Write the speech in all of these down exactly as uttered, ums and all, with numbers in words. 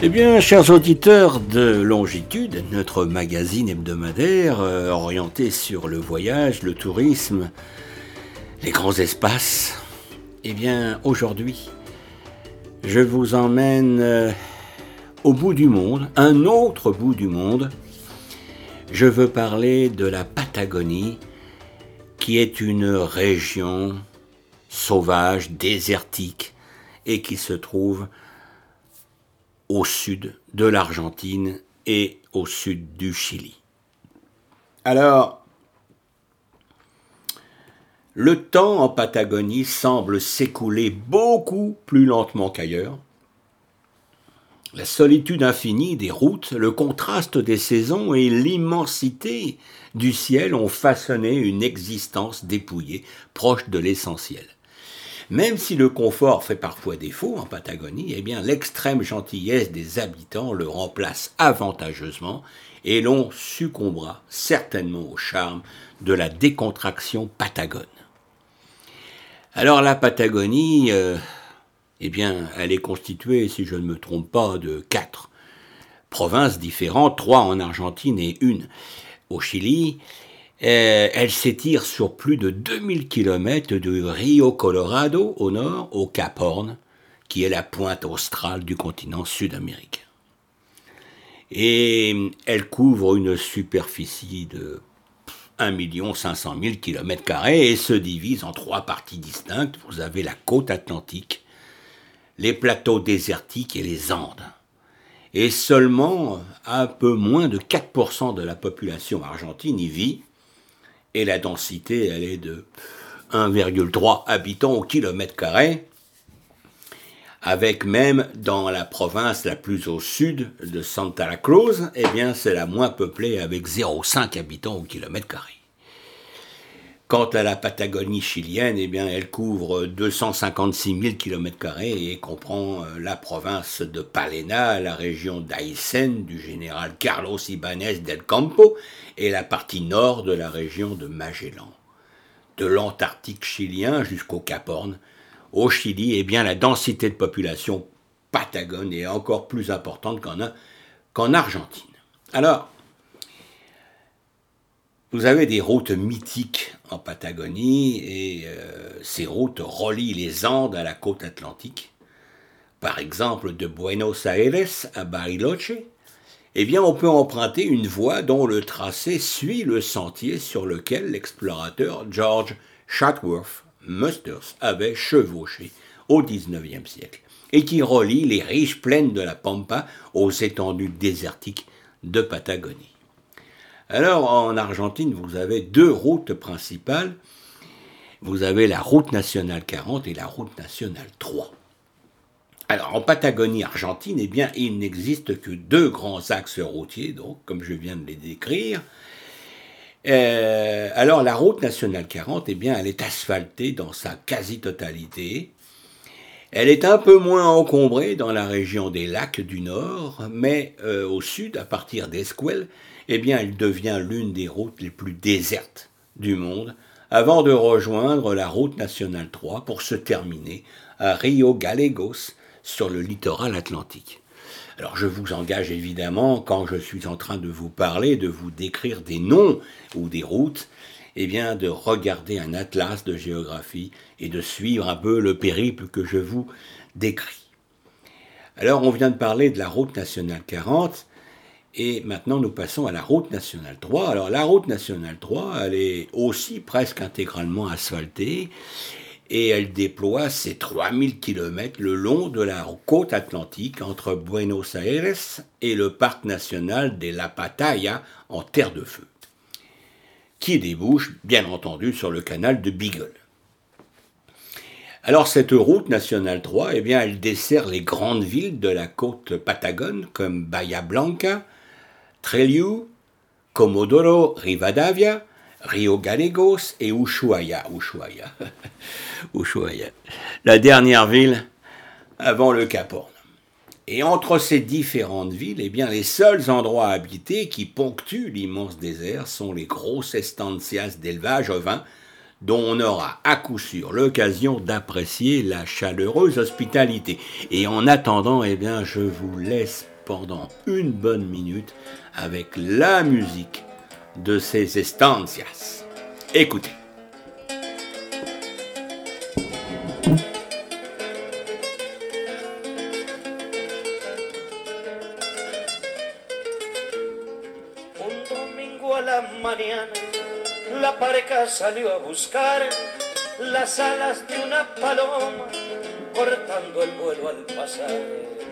Eh bien, chers auditeurs de Longitude, notre magazine hebdomadaire euh, orienté sur le voyage, le tourisme, les grands espaces, eh bien, aujourd'hui, je vous emmène euh, au bout du monde, un autre bout du monde. Je veux parler de la Patagonie, qui est une région sauvage, désertique, et qui se trouve au sud de l'Argentine et au sud du Chili. Alors, le temps en Patagonie semble s'écouler beaucoup plus lentement qu'ailleurs. La solitude infinie des routes, le contraste des saisons et l'immensité du ciel ont façonné une existence dépouillée, proche de l'essentiel. Même si le confort fait parfois défaut en Patagonie, eh bien l'extrême gentillesse des habitants le remplace avantageusement et l'on succombera certainement au charme de la décontraction patagone. Alors la Patagonie, euh, eh bien elle est constituée, si je ne me trompe pas, de quatre provinces différentes, trois en Argentine et une au Chili. Euh, elle s'étire sur plus de deux mille kilomètres du Rio Colorado au nord au Cap Horn, qui est la pointe australe du continent sud-américain. Et elle couvre une superficie de un million cinq cent mille kilomètres carrés et se divise en trois parties distinctes. Vous avez la côte atlantique, les plateaux désertiques et les Andes. Et seulement un peu moins de quatre pour cent de la population argentine y vit. Et la densité, elle est de un virgule trois habitants au kilomètre carré, avec même dans la province la plus au sud de Santa Cruz, eh bien c'est la moins peuplée avec zéro virgule cinq habitants au kilomètre carré. Quant à la Patagonie chilienne, eh bien elle couvre deux cent cinquante-six mille kilomètres carrés et comprend la province de Palena, la région d'Aysén du général Carlos Ibáñez del Campo et la partie nord de la région de Magellan. De l'Antarctique chilien jusqu'au Cap Horn, au Chili, eh bien la densité de population patagone est encore plus importante qu'en, qu'en Argentine. Alors, vous avez des routes mythiques en Patagonie et euh, ces routes relient les Andes à la côte atlantique. Par exemple, de Buenos Aires à Bariloche, eh bien, on peut emprunter une voie dont le tracé suit le sentier sur lequel l'explorateur George Chatsworth Musters avait chevauché au dix-neuvième siècle et qui relie les riches plaines de la Pampa aux étendues désertiques de Patagonie. Alors, en Argentine, vous avez deux routes principales. Vous avez la route nationale quarante et la route nationale trois. Alors, en Patagonie argentine, eh bien, il n'existe que deux grands axes routiers, donc, comme je viens de les décrire. Euh, alors, la route nationale quarante, eh bien, elle est asphaltée dans sa quasi-totalité. Elle est un peu moins encombrée dans la région des lacs du nord, mais euh, au sud, à partir d'Esquel, eh bien, elle devient l'une des routes les plus désertes du monde, avant de rejoindre la route nationale trois pour se terminer à Rio Gallegos, sur le littoral atlantique. Alors, je vous engage évidemment, quand je suis en train de vous parler, de vous décrire des noms ou des routes, eh bien, de regarder un atlas de géographie et de suivre un peu le périple que je vous décris. Alors, on vient de parler de la route nationale quarante, et maintenant nous passons à la route nationale trois. Alors, la route nationale trois, elle est aussi presque intégralement asphaltée, et elle déploie ses trois mille kilomètres le long de la côte atlantique entre Buenos Aires et le parc national de La Pataya en Terre de Feu, qui débouche bien entendu sur le canal de Beagle. Alors cette route nationale trois, eh bien, elle dessert les grandes villes de la côte patagone comme Bahia Blanca, Trelew, Comodoro Rivadavia, Rio Gallegos et Ushuaia. Ushuaia. Ushuaia. La dernière ville avant le Cap Horn. Et entre ces différentes villes, eh bien, les seuls endroits habités qui ponctuent l'immense désert sont les grosses estancias d'élevage ovin, dont on aura à coup sûr l'occasion d'apprécier la chaleureuse hospitalité. Et en attendant, eh bien, je vous laisse pendant une bonne minute avec la musique de ces estancias. Écoutez. Un domingo a la mañana, la pareja salió a buscar las alas de una paloma, cortando el vuelo al pasar.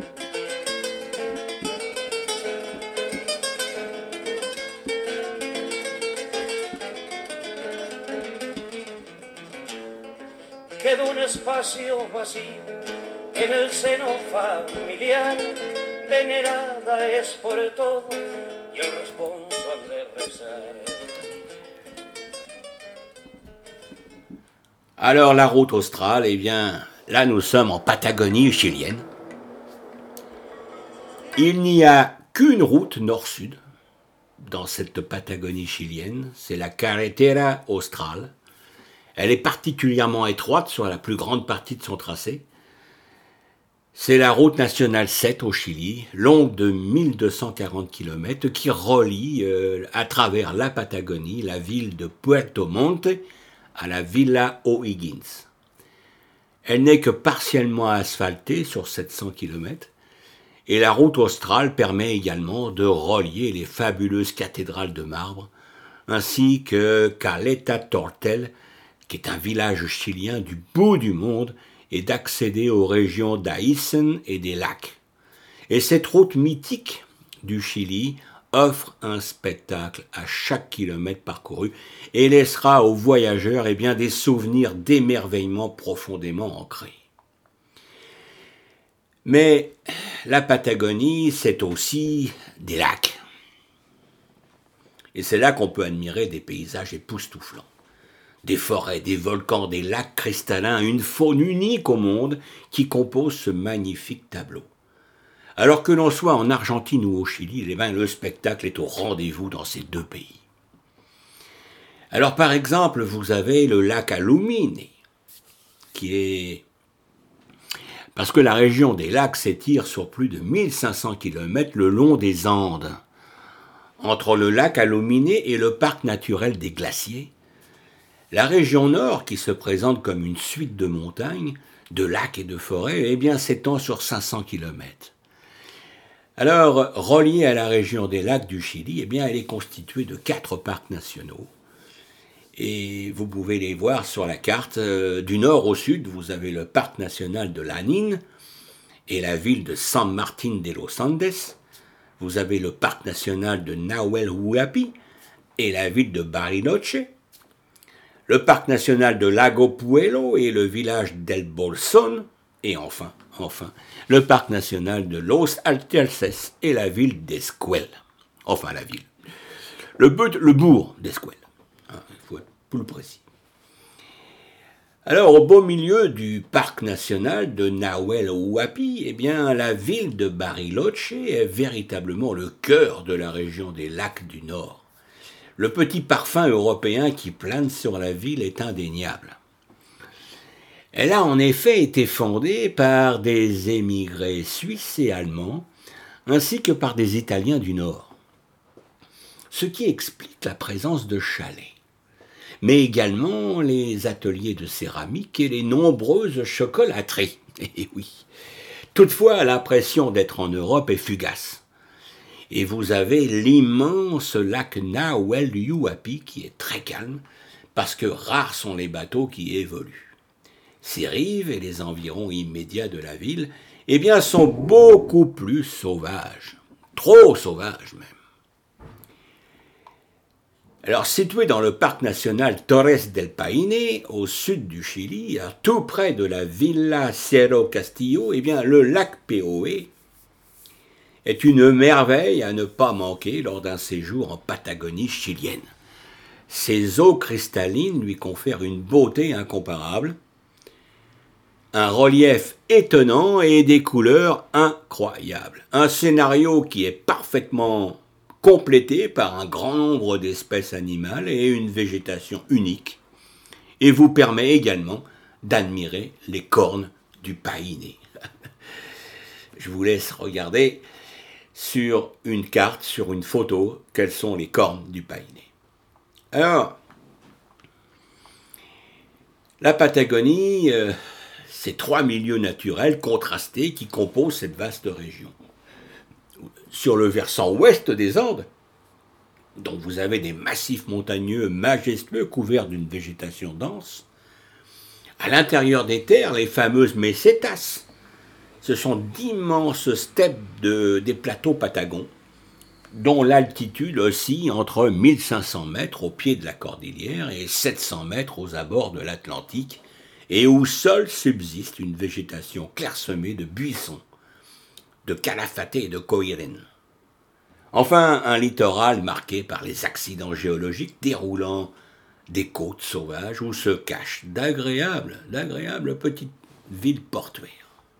Quedó un espacio vacío en el seno familiar, venerada es por todo y el responsable rezar. Alors la route australe, eh bien, là nous sommes en Patagonie chilienne. Il n'y a qu'une route nord-sud dans cette Patagonie chilienne, c'est la Carretera Austral. Elle est particulièrement étroite sur la plus grande partie de son tracé. C'est la route nationale sept au Chili, longue de mille deux cent quarante kilomètres, qui relie euh, à travers la Patagonie la ville de Puerto Montt à la Villa O'Higgins. Elle n'est que partiellement asphaltée sur sept cents kilomètres, et la route australe permet également de relier les fabuleuses cathédrales de marbre, ainsi que Caleta Tortel, qui est un village chilien du bout du monde, et d'accéder aux régions d'Aysén et des lacs. Et cette route mythique du Chili offre un spectacle à chaque kilomètre parcouru et laissera aux voyageurs eh bien, des souvenirs d'émerveillement profondément ancrés. Mais la Patagonie, c'est aussi des lacs. Et c'est là qu'on peut admirer des paysages époustouflants. Des forêts, des volcans, des lacs cristallins, une faune unique au monde qui compose ce magnifique tableau. Alors que l'on soit en Argentine ou au Chili, eh bien, le spectacle est au rendez-vous dans ces deux pays. Alors par exemple, vous avez le lac Alumine, qui est... Parce que la région des lacs s'étire sur plus de mille cinq cents kilomètres le long des Andes. Entre le lac Alumine et le parc naturel des glaciers, la région nord, qui se présente comme une suite de montagnes, de lacs et de forêts, eh bien, s'étend sur cinq cents kilomètres. Alors, reliée à la région des lacs du Chili, eh bien, elle est constituée de quatre parcs nationaux. Et vous pouvez les voir sur la carte. Du nord au sud, vous avez le parc national de Lanín et la ville de San Martín de los Andes. Vous avez le parc national de Nahuel Huapi et la ville de Bariloche. Le parc national de Lago Puelo et le village d'El Bolsón, et enfin, enfin, le parc national de Los Alterces et la ville d'Escuel. Enfin, la ville. Le, le bourg d'Escuel. Hein, il faut être plus précis. Alors, au beau milieu du parc national de Nahuel Huapi, eh bien, la ville de Bariloche est véritablement le cœur de la région des lacs du Nord. Le petit parfum européen qui plane sur la ville est indéniable. Elle a en effet été fondée par des émigrés suisses et allemands, ainsi que par des Italiens du Nord. Ce qui explique la présence de chalets, mais également les ateliers de céramique et les nombreuses chocolateries. Et oui, toutefois, l'impression d'être en Europe est fugace. Et vous avez l'immense lac Nahuel Huapi qui est très calme, parce que rares sont les bateaux qui évoluent. Ses rives et les environs immédiats de la ville, eh bien, sont beaucoup plus sauvages, trop sauvages même. Alors, situé dans le parc national Torres del Paine, au sud du Chili, tout près de la Villa Cerro Castillo, eh bien, le lac Péoé est une merveille à ne pas manquer lors d'un séjour en Patagonie chilienne. Ses eaux cristallines lui confèrent une beauté incomparable, un relief étonnant et des couleurs incroyables. Un scénario qui est parfaitement complété par un grand nombre d'espèces animales et une végétation unique, et vous permet également d'admirer les cornes du païné. Je vous laisse regarder sur une carte, sur une photo, quelles sont les cornes du païné. Alors, la Patagonie, euh, c'est trois milieux naturels contrastés qui composent cette vaste région. Sur le versant ouest des Andes, dont vous avez des massifs montagneux majestueux couverts d'une végétation dense, à l'intérieur des terres, les fameuses mesetas, ce sont d'immenses steppes de, des plateaux patagons, dont l'altitude oscille entre mille cinq cents mètres au pied de la cordillère et sept cents mètres aux abords de l'Atlantique, et où seule subsiste une végétation clairsemée de buissons, de calafatés et de coïrènes. Enfin, un littoral marqué par les accidents géologiques déroulant des côtes sauvages où se cachent d'agréables, d'agréables petites villes portuaires.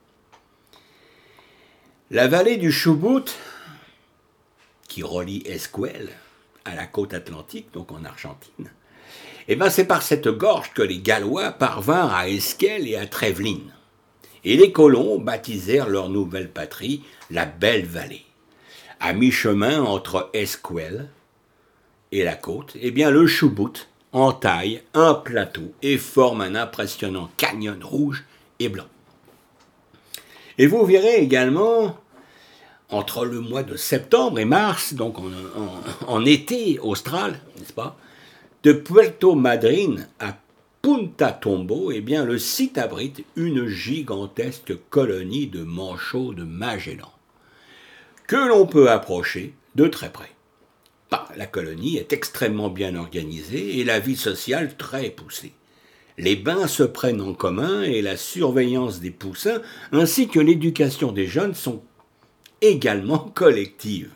La vallée du Chubut, qui relie Esquel à la côte atlantique, donc en Argentine, eh ben c'est par cette gorge que les Gallois parvinrent à Esquel et à Trevelin. Et les colons baptisèrent leur nouvelle patrie la Belle Vallée. À mi-chemin entre Esquel et la côte, eh bien le Chubut entaille un plateau et forme un impressionnant canyon rouge et blanc. Et vous verrez également, entre le mois de septembre et mars, donc en, en, en été austral, n'est-ce pas, de Puerto Madryn à Punta Tombo, eh bien le site abrite une gigantesque colonie de manchots de Magellan, que l'on peut approcher de très près. Bah, la colonie est extrêmement bien organisée et la vie sociale très poussée. Les bains se prennent en commun et la surveillance des poussins ainsi que l'éducation des jeunes sont également collectives.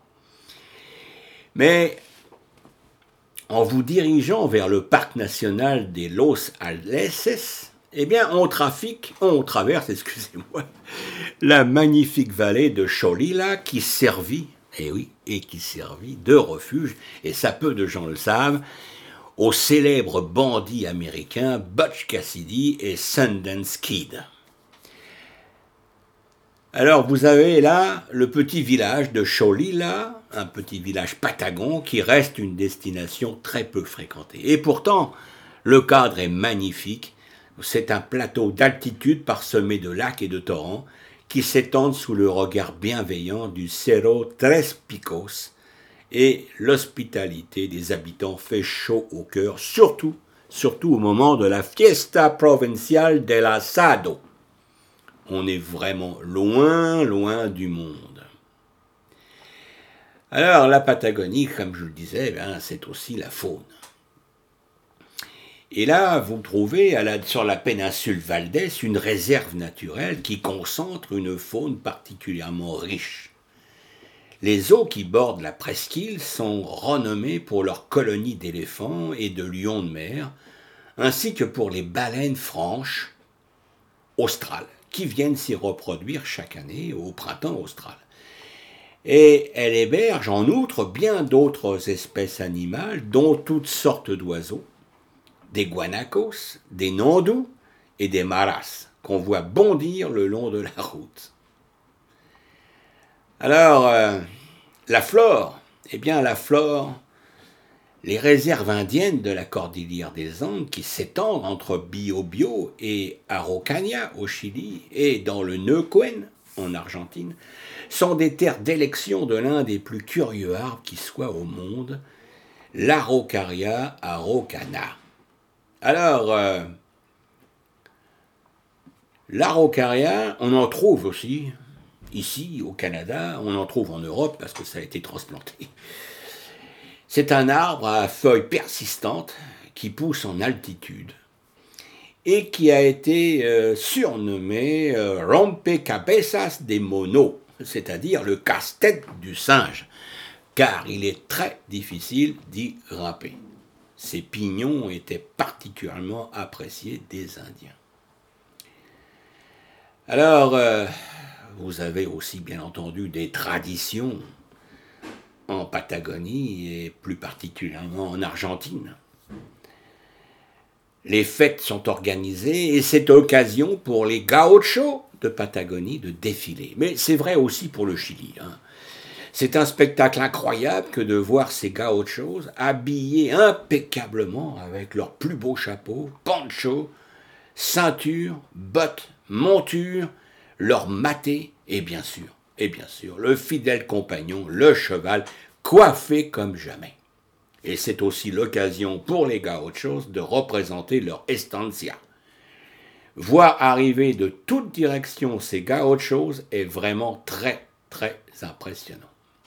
Mais en vous dirigeant vers le parc national des Los Alces, eh bien on trafique, on traverse, excusez-moi, la magnifique vallée de Cholila qui servit, eh oui, et qui servit de refuge, et ça peu de gens le savent, aux célèbres bandits américains Butch Cassidy et Sundance Kid. Alors vous avez là le petit village de Cholila, un petit village patagon qui reste une destination très peu fréquentée. Et pourtant, le cadre est magnifique. C'est un plateau d'altitude parsemé de lacs et de torrents qui s'étendent sous le regard bienveillant du Cerro Tres Picos, et l'hospitalité des habitants fait chaud au cœur, surtout, surtout au moment de la Fiesta Provincial del Asado. On est vraiment loin, loin du monde. Alors, la Patagonie, comme je le disais, ben, c'est aussi la faune. Et là, vous trouvez à la, sur la péninsule Valdés une réserve naturelle qui concentre une faune particulièrement riche. Les eaux qui bordent la presqu'île sont renommées pour leurs colonies d'éléphants et de lions de mer, ainsi que pour les baleines franches australes, qui viennent s'y reproduire chaque année au printemps austral. Et elle héberge en outre bien d'autres espèces animales, dont toutes sortes d'oiseaux, des guanacos, des nandous et des maras, qu'on voit bondir le long de la route. Alors, euh, la flore, eh bien la flore, les réserves indiennes de la cordillère des Andes qui s'étendent entre Biobío et Araucanía au Chili et dans le Neuquén en Argentine, sont des terres d'élection de l'un des plus curieux arbres qui soit au monde, l'Araucaria araucana. Alors, euh, l'Araucaria, on en trouve aussi. Ici, au Canada, on en trouve en Europe parce que ça a été transplanté. C'est un arbre à feuilles persistantes qui pousse en altitude et qui a été euh, surnommé euh, rompecabezas de mono, c'est-à-dire le casse-tête du singe, car il est très difficile d'y grimper. Ses pignons étaient particulièrement appréciés des Indiens. Alors, euh, vous avez aussi bien entendu des traditions en Patagonie et plus particulièrement en Argentine. les fêtes sont organisées et c'est l'occasion pour les gauchos de Patagonie de défiler. Mais c'est vrai aussi pour le Chili. Hein. C'est un spectacle incroyable que de voir ces gauchos habillés impeccablement avec leurs plus beaux chapeaux, ponchos, ceintures, bottes, montures, leurs matés et bien sûr, et bien sûr, le fidèle compagnon, le cheval, coiffé comme jamais. Et c'est aussi l'occasion pour les gauchos de représenter leur estancia. Voir arriver de toutes directions ces gauchos est vraiment très, très impressionnant.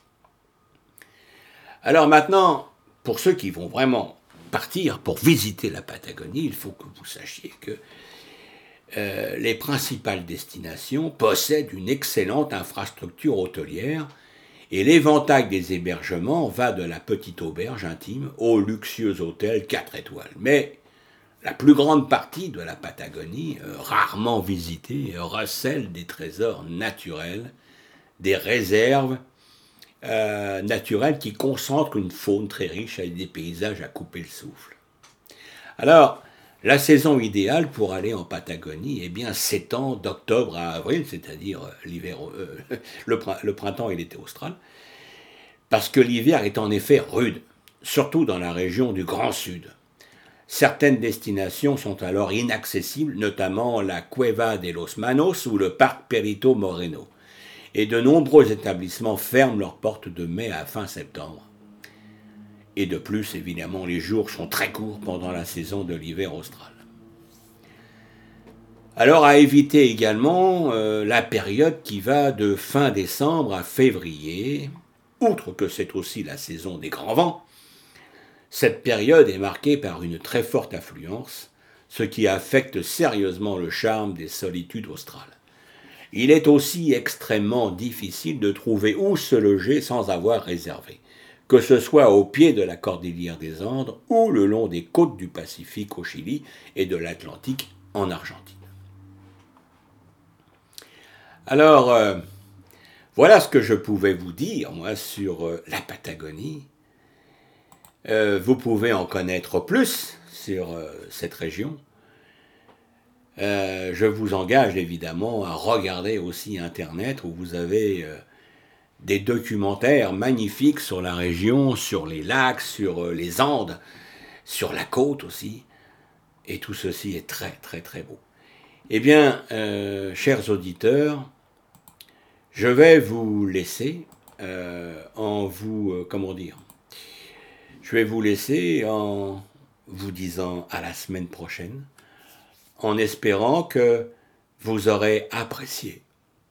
Alors maintenant, pour ceux qui vont vraiment partir pour visiter la Patagonie, il faut que vous sachiez que euh, les principales destinations possèdent une excellente infrastructure hôtelière et l'éventail des hébergements va de la petite auberge intime au luxueux hôtel quatre étoiles. Mais la plus grande partie de la Patagonie, euh, rarement visitée, recèle des trésors naturels, des réserves euh, naturelles qui concentrent une faune très riche avec des paysages à couper le souffle. Alors, la saison idéale pour aller en Patagonie, eh bien, s'étend d'octobre à avril, c'est-à-dire l'hiver, euh, le, le printemps et l'été austral, parce que l'hiver est en effet rude, surtout dans la région du Grand Sud. Certaines destinations sont alors inaccessibles, notamment la Cueva de los Manos ou le parc Perito Moreno. Et de nombreux établissements ferment leurs portes de mai à fin septembre. Et de plus, évidemment, les jours sont très courts pendant la saison de l'hiver austral. Alors à éviter également euh, la période qui va de fin décembre à février, outre que c'est aussi la saison des grands vents. Cette période est marquée par une très forte affluence, ce qui affecte sérieusement le charme des solitudes australes. Il est aussi extrêmement difficile de trouver où se loger sans avoir réservé, que ce soit au pied de la cordillère des Andes ou le long des côtes du Pacifique au Chili et de l'Atlantique en Argentine. Alors, euh, voilà ce que je pouvais vous dire, moi, sur euh, la Patagonie. Euh, vous pouvez en connaître plus sur euh, cette région. Euh, je vous engage évidemment à regarder aussi Internet où vous avez euh, des documentaires magnifiques sur la région, sur les lacs, sur euh, les Andes, sur la côte aussi. Et tout ceci est très très très beau. Eh bien, euh, chers auditeurs, je vais vous laisser euh, en vous, euh, comment dire, je vais vous laisser en vous disant à la semaine prochaine, en espérant que vous aurez apprécié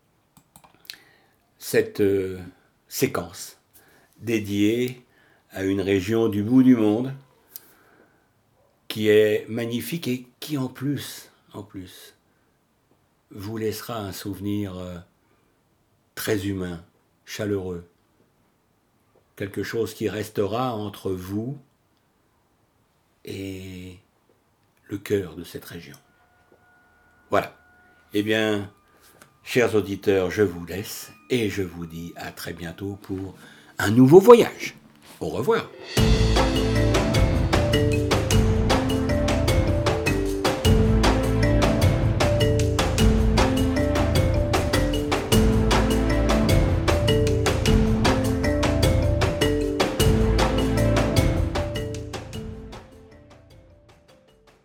cette euh, séquence dédiée à une région du bout du monde qui est magnifique et qui en plus, en plus, vous laissera un souvenir euh, très humain, chaleureux, quelque chose qui restera entre vous et le cœur de cette région. Voilà. Eh bien, chers auditeurs, je vous laisse et je vous dis à très bientôt pour un nouveau voyage. Au revoir.